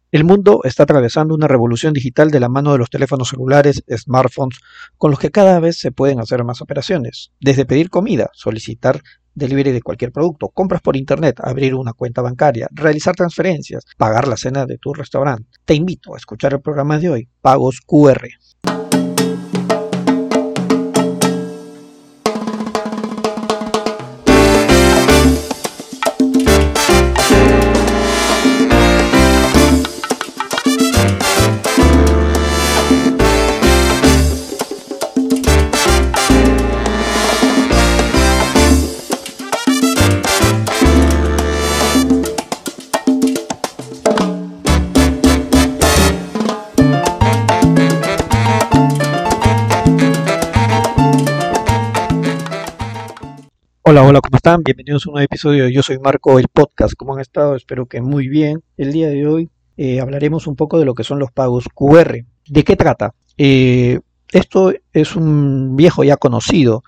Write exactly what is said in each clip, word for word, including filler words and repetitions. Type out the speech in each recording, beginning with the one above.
El mundo está atravesando una revolución digital de la mano de los teléfonos celulares, smartphones, con los que cada vez se pueden hacer más operaciones, desde pedir comida, solicitar delivery de cualquier producto, compras por internet, abrir una cuenta bancaria, realizar transferencias, pagar la cena de tu restaurante. Te invito a escuchar el programa de hoy, Pagos Q R. Hola, hola, ¿cómo están? Bienvenidos a un nuevo episodio de Yo Soy Marco, el podcast. ¿Cómo han estado? Espero que muy bien. El día de hoy eh, hablaremos un poco de lo que son los pagos Q R. ¿De qué trata? Eh, esto es un viejo ya conocido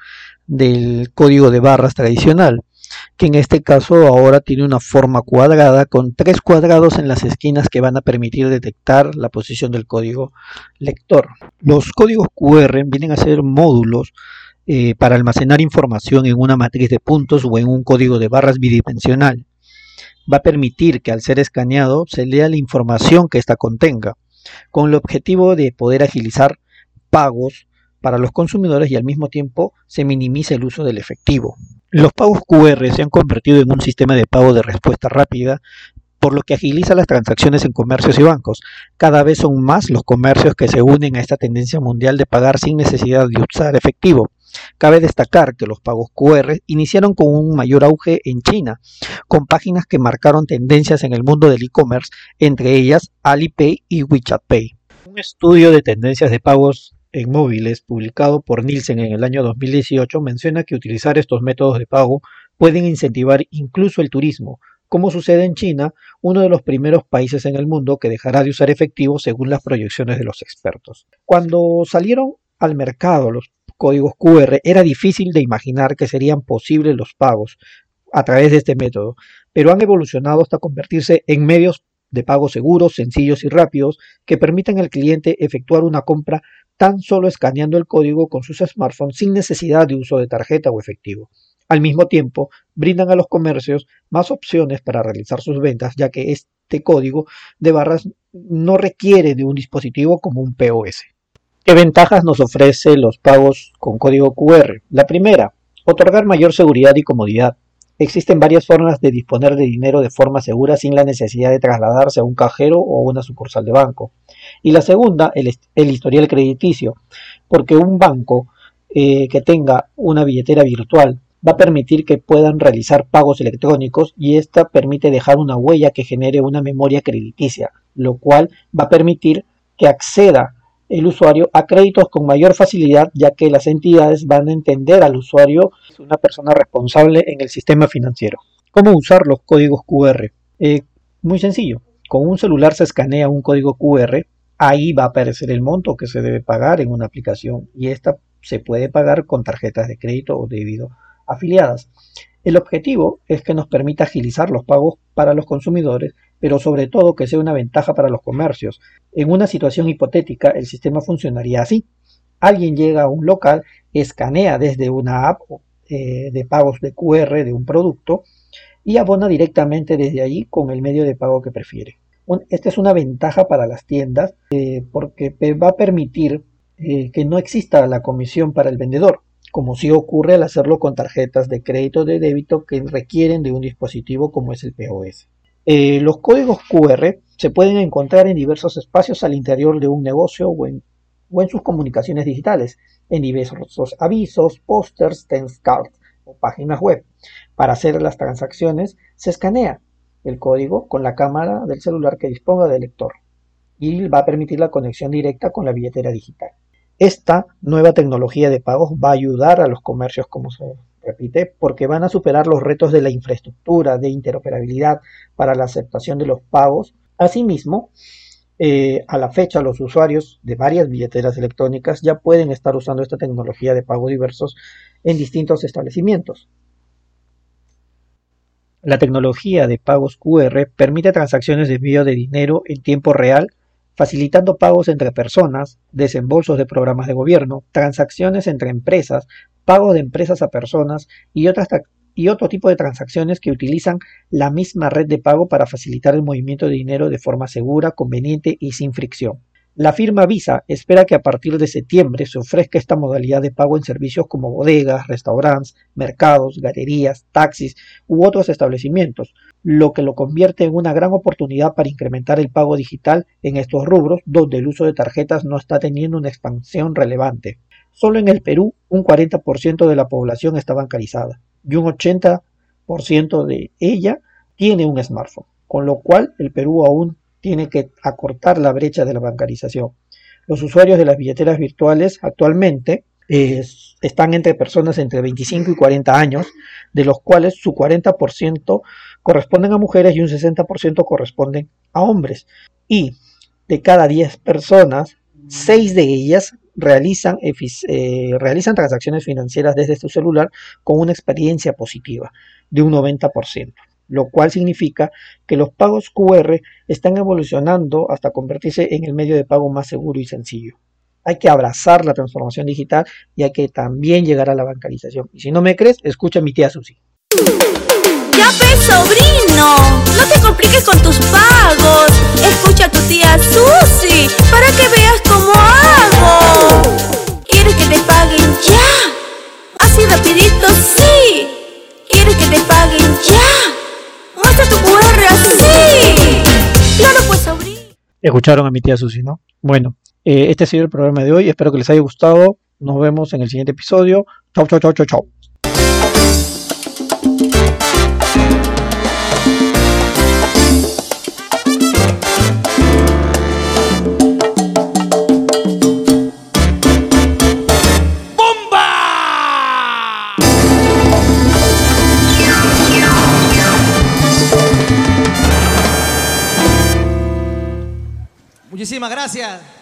del código de barras tradicional, que en este caso ahora tiene una forma cuadrada con tres cuadrados en las esquinas que van a permitir detectar la posición del código lector. Los códigos Q R vienen a ser módulos eh, para almacenar información en una matriz de puntos o en un código de barras bidimensional. Va a permitir que al ser escaneado se lea la información que ésta contenga, con el objetivo de poder agilizar pagos para los consumidores y al mismo tiempo se minimiza el uso del efectivo. Los pagos Q R se han convertido en un sistema de pago de respuesta rápida, por lo que agiliza las transacciones en comercios y bancos. Cada vez son más los comercios que se unen a esta tendencia mundial de pagar sin necesidad de usar efectivo. Cabe destacar que los pagos Q R iniciaron con un mayor auge en China, con páginas que marcaron tendencias en el mundo del e-commerce, entre ellas Alipay y WeChat Pay. Un estudio de tendencias de pagos en móviles publicado por Nielsen en el año dos mil dieciocho menciona que utilizar estos métodos de pago pueden incentivar incluso el turismo, como sucede en China, uno de los primeros países en el mundo que dejará de usar efectivo según las proyecciones de los expertos. Cuando salieron al mercado los códigos Q R, era difícil de imaginar que serían posibles los pagos a través de este método, pero han evolucionado hasta convertirse en medios de pago seguros, sencillos y rápidos que permiten al cliente efectuar una compra tan solo escaneando el código con sus smartphones sin necesidad de uso de tarjeta o efectivo. Al mismo tiempo, brindan a los comercios más opciones para realizar sus ventas, ya que este código de barras no requiere de un dispositivo como un P O S. ¿Qué ventajas nos ofrece los pagos con código Q R? La primera, otorgar mayor seguridad y comodidad. Existen varias formas de disponer de dinero de forma segura sin la necesidad de trasladarse a un cajero o a una sucursal de banco. Y la segunda, el, el historial crediticio, porque un banco eh, que tenga una billetera virtual va a permitir que puedan realizar pagos electrónicos y esta permite dejar una huella que genere una memoria crediticia, lo cual va a permitir que acceda el usuario a créditos con mayor facilidad, ya que las entidades van a entender al usuario como una persona responsable en el sistema financiero. ¿Cómo usar los códigos Q R? Eh, muy sencillo. Con un celular se escanea un código Q R, ahí va a aparecer el monto que se debe pagar en una aplicación y esta se puede pagar con tarjetas de crédito o débito afiliadas. El objetivo es que nos permita agilizar los pagos para los consumidores, pero sobre todo que sea una ventaja para los comercios. En una situación hipotética, el sistema funcionaría así. Alguien llega a un local, escanea desde una app eh, de pagos de Q R de un producto y abona directamente desde allí con el medio de pago que prefiere. Esta es una ventaja para las tiendas eh, porque va a permitir eh, que no exista la comisión para el vendedor, como sí ocurre al hacerlo con tarjetas de crédito o de débito que requieren de un dispositivo como es el P O S. Eh, los códigos Q R se pueden encontrar en diversos espacios al interior de un negocio o en, o en sus comunicaciones digitales, en diversos avisos, pósters, thanks cards o páginas web. Para hacer las transacciones se escanea el código con la cámara del celular que disponga del lector y va a permitir la conexión directa con la billetera digital. Esta nueva tecnología de pagos va a ayudar a los comercios, como se repite, porque van a superar los retos de la infraestructura, de interoperabilidad para la aceptación de los pagos. Asimismo, eh, a la fecha los usuarios de varias billeteras electrónicas ya pueden estar usando esta tecnología de pago diversos en distintos establecimientos. La tecnología de pagos Q R permite transacciones de envío de dinero en tiempo real, facilitando pagos entre personas, desembolsos de programas de gobierno, transacciones entre empresas, pagos de empresas a personas y otras y otro tipo de transacciones que utilizan la misma red de pago para facilitar el movimiento de dinero de forma segura, conveniente y sin fricción. La firma Visa espera que a partir de septiembre se ofrezca esta modalidad de pago en servicios como bodegas, restaurantes, mercados, galerías, taxis u otros establecimientos, lo que lo convierte en una gran oportunidad para incrementar el pago digital en estos rubros donde el uso de tarjetas no está teniendo una expansión relevante. Solo en el Perú un cuarenta por ciento de la población está bancarizada y un ochenta por ciento de ella tiene un smartphone, con lo cual el Perú aún tiene que acortar la brecha de la bancarización. Los usuarios de las billeteras virtuales actualmente eh, están entre personas entre veinticinco y cuarenta años, de los cuales su cuarenta por ciento corresponden a mujeres y un sesenta por ciento corresponden a hombres. Y de cada diez personas, seis de ellas realizan, eh, realizan transacciones financieras desde su celular con una experiencia positiva de un noventa por ciento. Lo cual significa que los pagos Q R están evolucionando hasta convertirse en el medio de pago más seguro y sencillo. Hay que abrazar la transformación digital y hay que también llegar a la bancarización. Y si no me crees, escucha a mi tía Susi. Ya ves, sobrino, no te compliques con tus pagos. Escucha a tu tía Susi para que veas cómo hago. ¿Quieres que te paguen ya? Así rapidito, sí. ¿Quieres que te paguen ya? Muestra tu Q R así. Claro, pues, sobrino. Escucharon a mi tía Susi, ¿no? Bueno, eh, este ha sido el programa de hoy. Espero que les haya gustado. Nos vemos en el siguiente episodio. Chau, chau, chau, chau, chau. Muchísimas gracias.